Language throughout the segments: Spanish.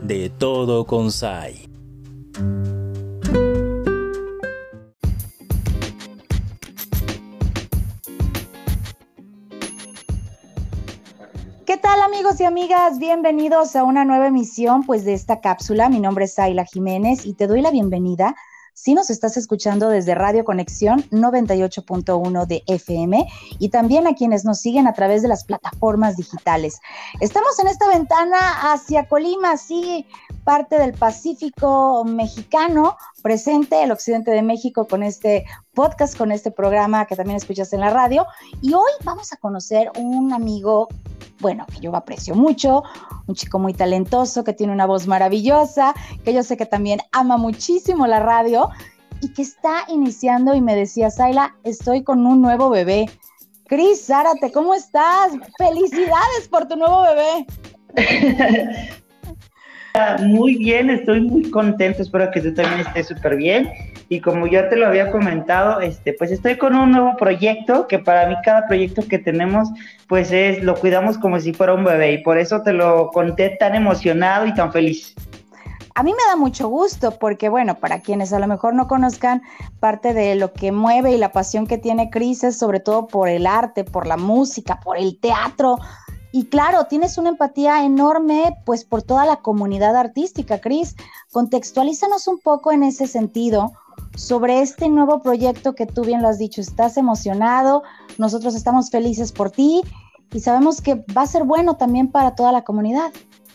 De Todo con Sai. ¿Qué tal, amigos y amigas? Bienvenidos a una nueva emisión pues de esta cápsula. Mi nombre es Sayla Jiménez y te doy la bienvenida si nos estás escuchando desde Radio Conexión 98.1 de FM y también a quienes nos siguen a través de las plataformas digitales. Estamos en esta ventana hacia Colima, sí, parte del Pacífico mexicano, presente el occidente de México con este podcast, con este programa que también escuchas en la radio. Y hoy vamos a conocer un amigo, bueno, que yo aprecio mucho, un chico muy talentoso, que tiene una voz maravillosa, que yo sé que también ama muchísimo la radio y que está iniciando, y me decía, Sayla, estoy con un nuevo bebé. Cris Zárate, ¿cómo estás? ¡Felicidades por tu nuevo bebé! Muy bien, estoy muy contento, espero que tú también estés súper bien. Y como ya te lo había comentado, pues estoy con un nuevo proyecto, que para mí cada proyecto que tenemos, pues lo cuidamos como si fuera un bebé, y por eso te lo conté tan emocionado y tan feliz. A mí me da mucho gusto porque, bueno, para quienes a lo mejor no conozcan, parte de lo que mueve y la pasión que tiene Cris es sobre todo por el arte, por la música, por el teatro. Y claro, tienes una empatía enorme pues por toda la comunidad artística. Cris, contextualízanos un poco en ese sentido sobre este nuevo proyecto que tú bien lo has dicho. Estás emocionado, nosotros estamos felices por ti y sabemos que va a ser bueno también para toda la comunidad.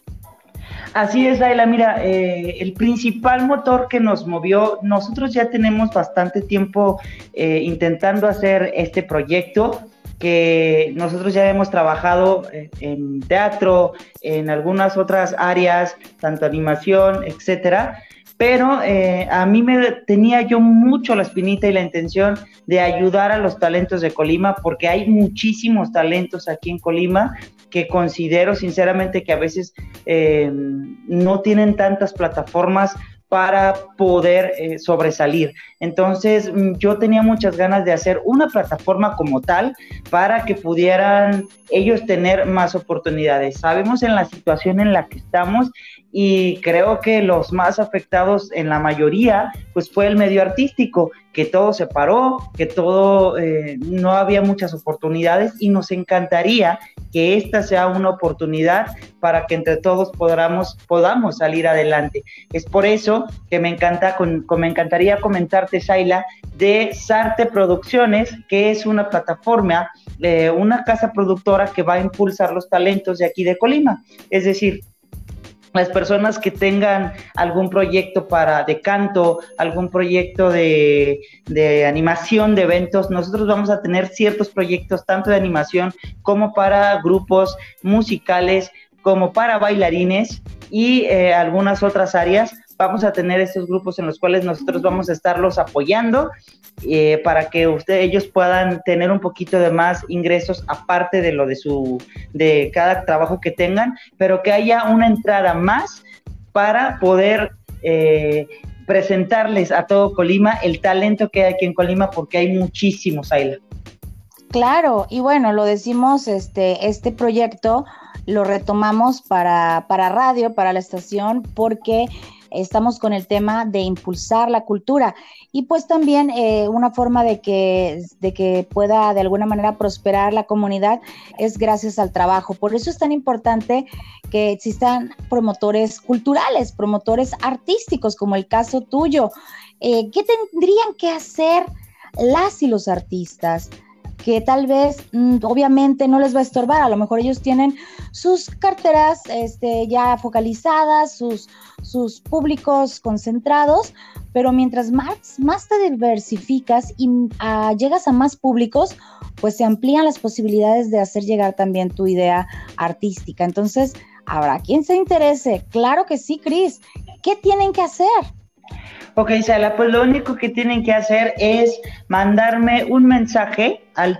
Así es, Ayla, mira, el principal motor que nos movió, nosotros ya tenemos bastante tiempo intentando hacer este proyecto, que nosotros ya hemos trabajado en teatro, en algunas otras áreas, tanto animación, etcétera, pero a mí tenía yo mucho la espinita y la intención de ayudar a los talentos de Colima, porque hay muchísimos talentos aquí en Colima que considero sinceramente que a veces no tienen tantas plataformas para poder sobresalir. Entonces, yo tenía muchas ganas de hacer una plataforma como tal para que pudieran ellos tener más oportunidades. Sabemos en la situación en la que estamos y creo que los más afectados en la mayoría, pues fue el medio artístico, que todo se paró, que todo, no había muchas oportunidades, y nos encantaría que esta sea una oportunidad para que entre todos podamos salir adelante. Es por eso que me encantaría comentarte, Sayla, de Sarte Producciones, que es una plataforma, una casa productora que va a impulsar los talentos de aquí de Colima. Es decir, las personas que tengan algún proyecto de canto, algún proyecto de animación, de eventos, nosotros vamos a tener ciertos proyectos tanto de animación como para grupos musicales, como para bailarines y algunas otras áreas. Vamos a tener estos grupos en los cuales nosotros vamos a estarlos apoyando para que ellos puedan tener un poquito de más ingresos aparte de lo de cada trabajo que tengan, pero que haya una entrada más para poder presentarles a todo Colima el talento que hay aquí en Colima, porque hay muchísimos, Ayla. Claro, y bueno, lo decimos, este proyecto lo retomamos para radio, para la estación, porque estamos con el tema de impulsar la cultura y pues también una forma de que pueda de alguna manera prosperar la comunidad es gracias al trabajo. Por eso es tan importante que existan promotores culturales, promotores artísticos, como el caso tuyo. ¿Qué tendrían que hacer las y los artistas? Que tal vez, obviamente, no les va a estorbar. A lo mejor ellos tienen sus carteras ya focalizadas, sus públicos concentrados, pero mientras más te diversificas y llegas a más públicos, pues se amplían las posibilidades de hacer llegar también tu idea artística. Entonces, ¿habrá quien se interese? Claro que sí, Cris. ¿Qué tienen que hacer? Ok, Sala, pues lo único que tienen que hacer es mandarme un mensaje al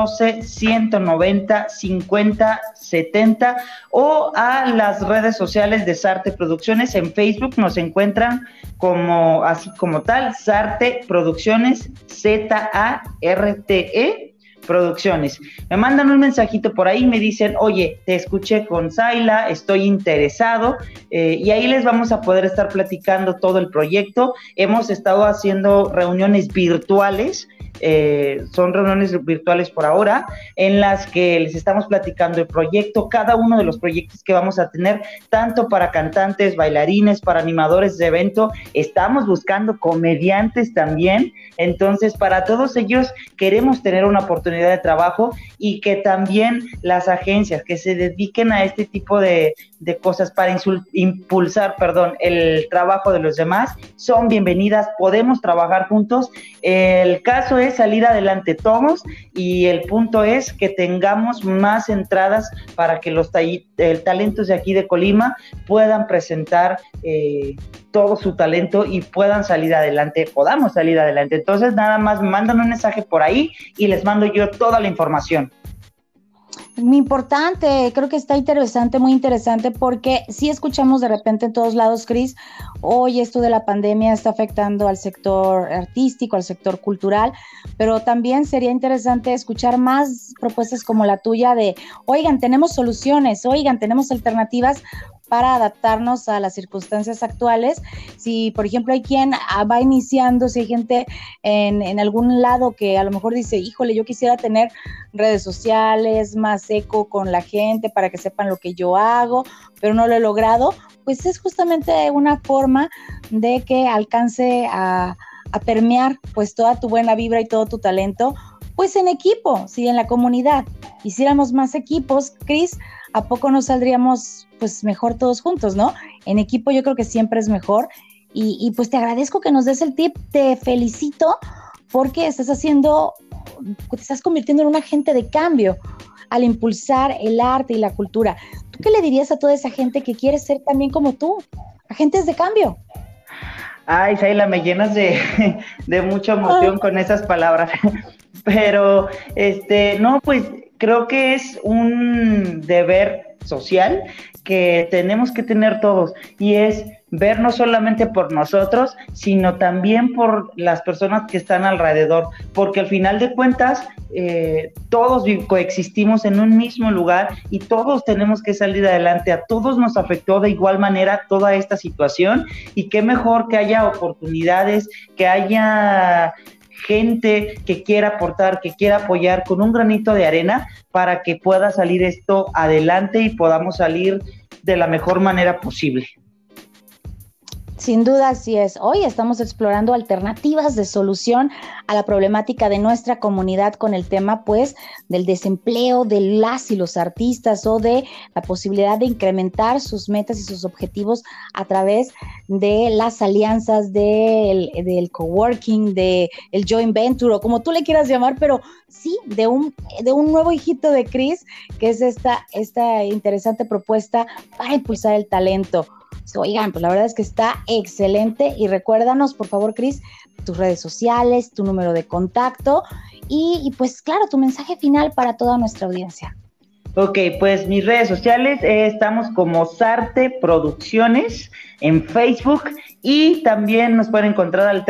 312-190-5070 o a las redes sociales de Sarte Producciones. En Facebook nos encuentran así como tal, Sarte Producciones, Zarte. Producciones. Me mandan un mensajito por ahí, me dicen, oye, te escuché con Zayla, estoy interesado, y ahí les vamos a poder estar platicando todo el proyecto. Hemos estado haciendo reuniones virtuales, son reuniones virtuales por ahora, en las que les estamos platicando el proyecto, cada uno de los proyectos que vamos a tener, tanto para cantantes, bailarines, para animadores de evento. Estamos buscando comediantes también, entonces para todos ellos queremos tener una oportunidad de trabajo, y que también las agencias que se dediquen a este tipo de cosas para impulsar, el trabajo de los demás, son bienvenidas, podemos trabajar juntos. El caso es salir adelante todos, y el punto es que tengamos más entradas para que los talentos de aquí de Colima puedan presentar todo su talento y podamos salir adelante. Entonces nada más me mandan un mensaje por ahí y les mando yo toda la información. Muy importante, creo que está interesante, muy interesante, porque sí escuchamos de repente en todos lados, Cris, hoy esto de la pandemia está afectando al sector artístico, al sector cultural, pero también sería interesante escuchar más propuestas como la tuya de, oigan, tenemos soluciones, oigan, tenemos alternativas para adaptarnos a las circunstancias actuales. Si, por ejemplo, hay quien va iniciando, si hay gente en algún lado que a lo mejor dice, híjole, yo quisiera tener redes sociales, más eco con la gente para que sepan lo que yo hago, pero no lo he logrado, pues es justamente una forma de que alcance a permear pues toda tu buena vibra y todo tu talento, pues en equipo, sí, en la comunidad. Hiciéramos más equipos, Cris, ¿a poco no saldríamos pues mejor todos juntos, no? En equipo yo creo que siempre es mejor, y pues te agradezco que nos des el tip, te felicito porque te estás convirtiendo en un agente de cambio al impulsar el arte y la cultura. ¿Tú qué le dirías a toda esa gente que quiere ser también como tú, agentes de cambio? Ay, Zayla, me llenas de mucha emoción con esas palabras. Pero, no, pues creo que es un deber social que tenemos que tener todos, y es ver no solamente por nosotros, sino también por las personas que están alrededor, porque al final de cuentas todos coexistimos en un mismo lugar y todos tenemos que salir adelante. A todos nos afectó de igual manera toda esta situación, y qué mejor que haya oportunidades, que haya gente que quiera aportar, que quiera apoyar con un granito de arena para que pueda salir esto adelante y podamos salir de la mejor manera posible. Sin duda, así es. Hoy estamos explorando alternativas de solución a la problemática de nuestra comunidad con el tema, pues, del desempleo de las y los artistas, o de la posibilidad de incrementar sus metas y sus objetivos a través de las alianzas del coworking, del joint venture, o como tú le quieras llamar, pero sí, de un nuevo hijito de Cris, que es esta interesante propuesta para impulsar el talento. Oigan, pues la verdad es que está excelente, y recuérdanos, por favor, Cris, tus redes sociales, tu número de contacto y pues claro, tu mensaje final para toda nuestra audiencia. Ok, pues mis redes sociales, estamos como Sarte Producciones en Facebook, y también nos pueden encontrar al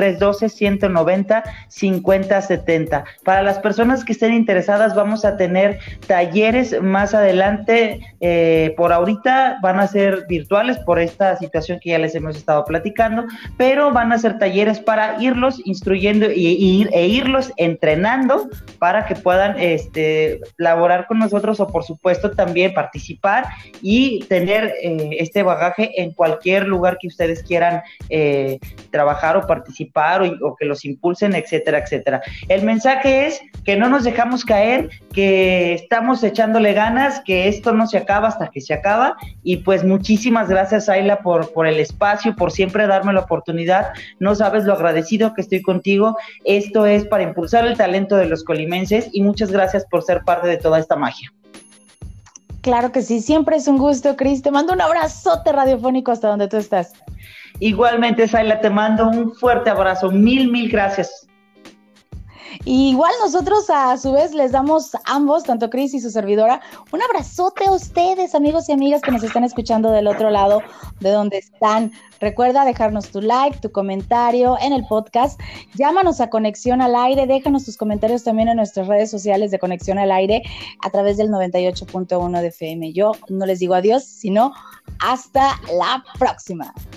312-190-5070. Para las personas que estén interesadas, vamos a tener talleres más adelante. Por ahorita van a ser virtuales por esta situación que ya les hemos estado platicando, pero van a ser talleres para irlos instruyendo e irlos entrenando para que puedan laborar con nosotros, o por supuesto también participar y tener este bagaje en cualquier lugar que ustedes quieran trabajar o participar, o que los impulsen, etcétera, etcétera. El mensaje es que no nos dejamos caer, que estamos echándole ganas, que esto no se acaba hasta que se acaba. Y pues muchísimas gracias, Zayla, por el espacio, por siempre darme la oportunidad. No sabes lo agradecido que estoy contigo. Esto es para impulsar el talento de los colimenses, y muchas gracias por ser parte de toda esta magia. Claro que sí, siempre es un gusto, Cris. Te mando un abrazote radiofónico hasta donde tú estás. Igualmente, Zayla, te mando un fuerte abrazo. Mil gracias. Y igual nosotros a su vez les damos ambos, tanto Cris y su servidora, un abrazote a ustedes, amigos y amigas que nos están escuchando del otro lado de donde están. Recuerda dejarnos tu like, tu comentario en el podcast. Llámanos a Conexión al Aire, déjanos tus comentarios también en nuestras redes sociales de Conexión al Aire a través del 98.1 de FM. Yo no les digo adiós, sino hasta la próxima.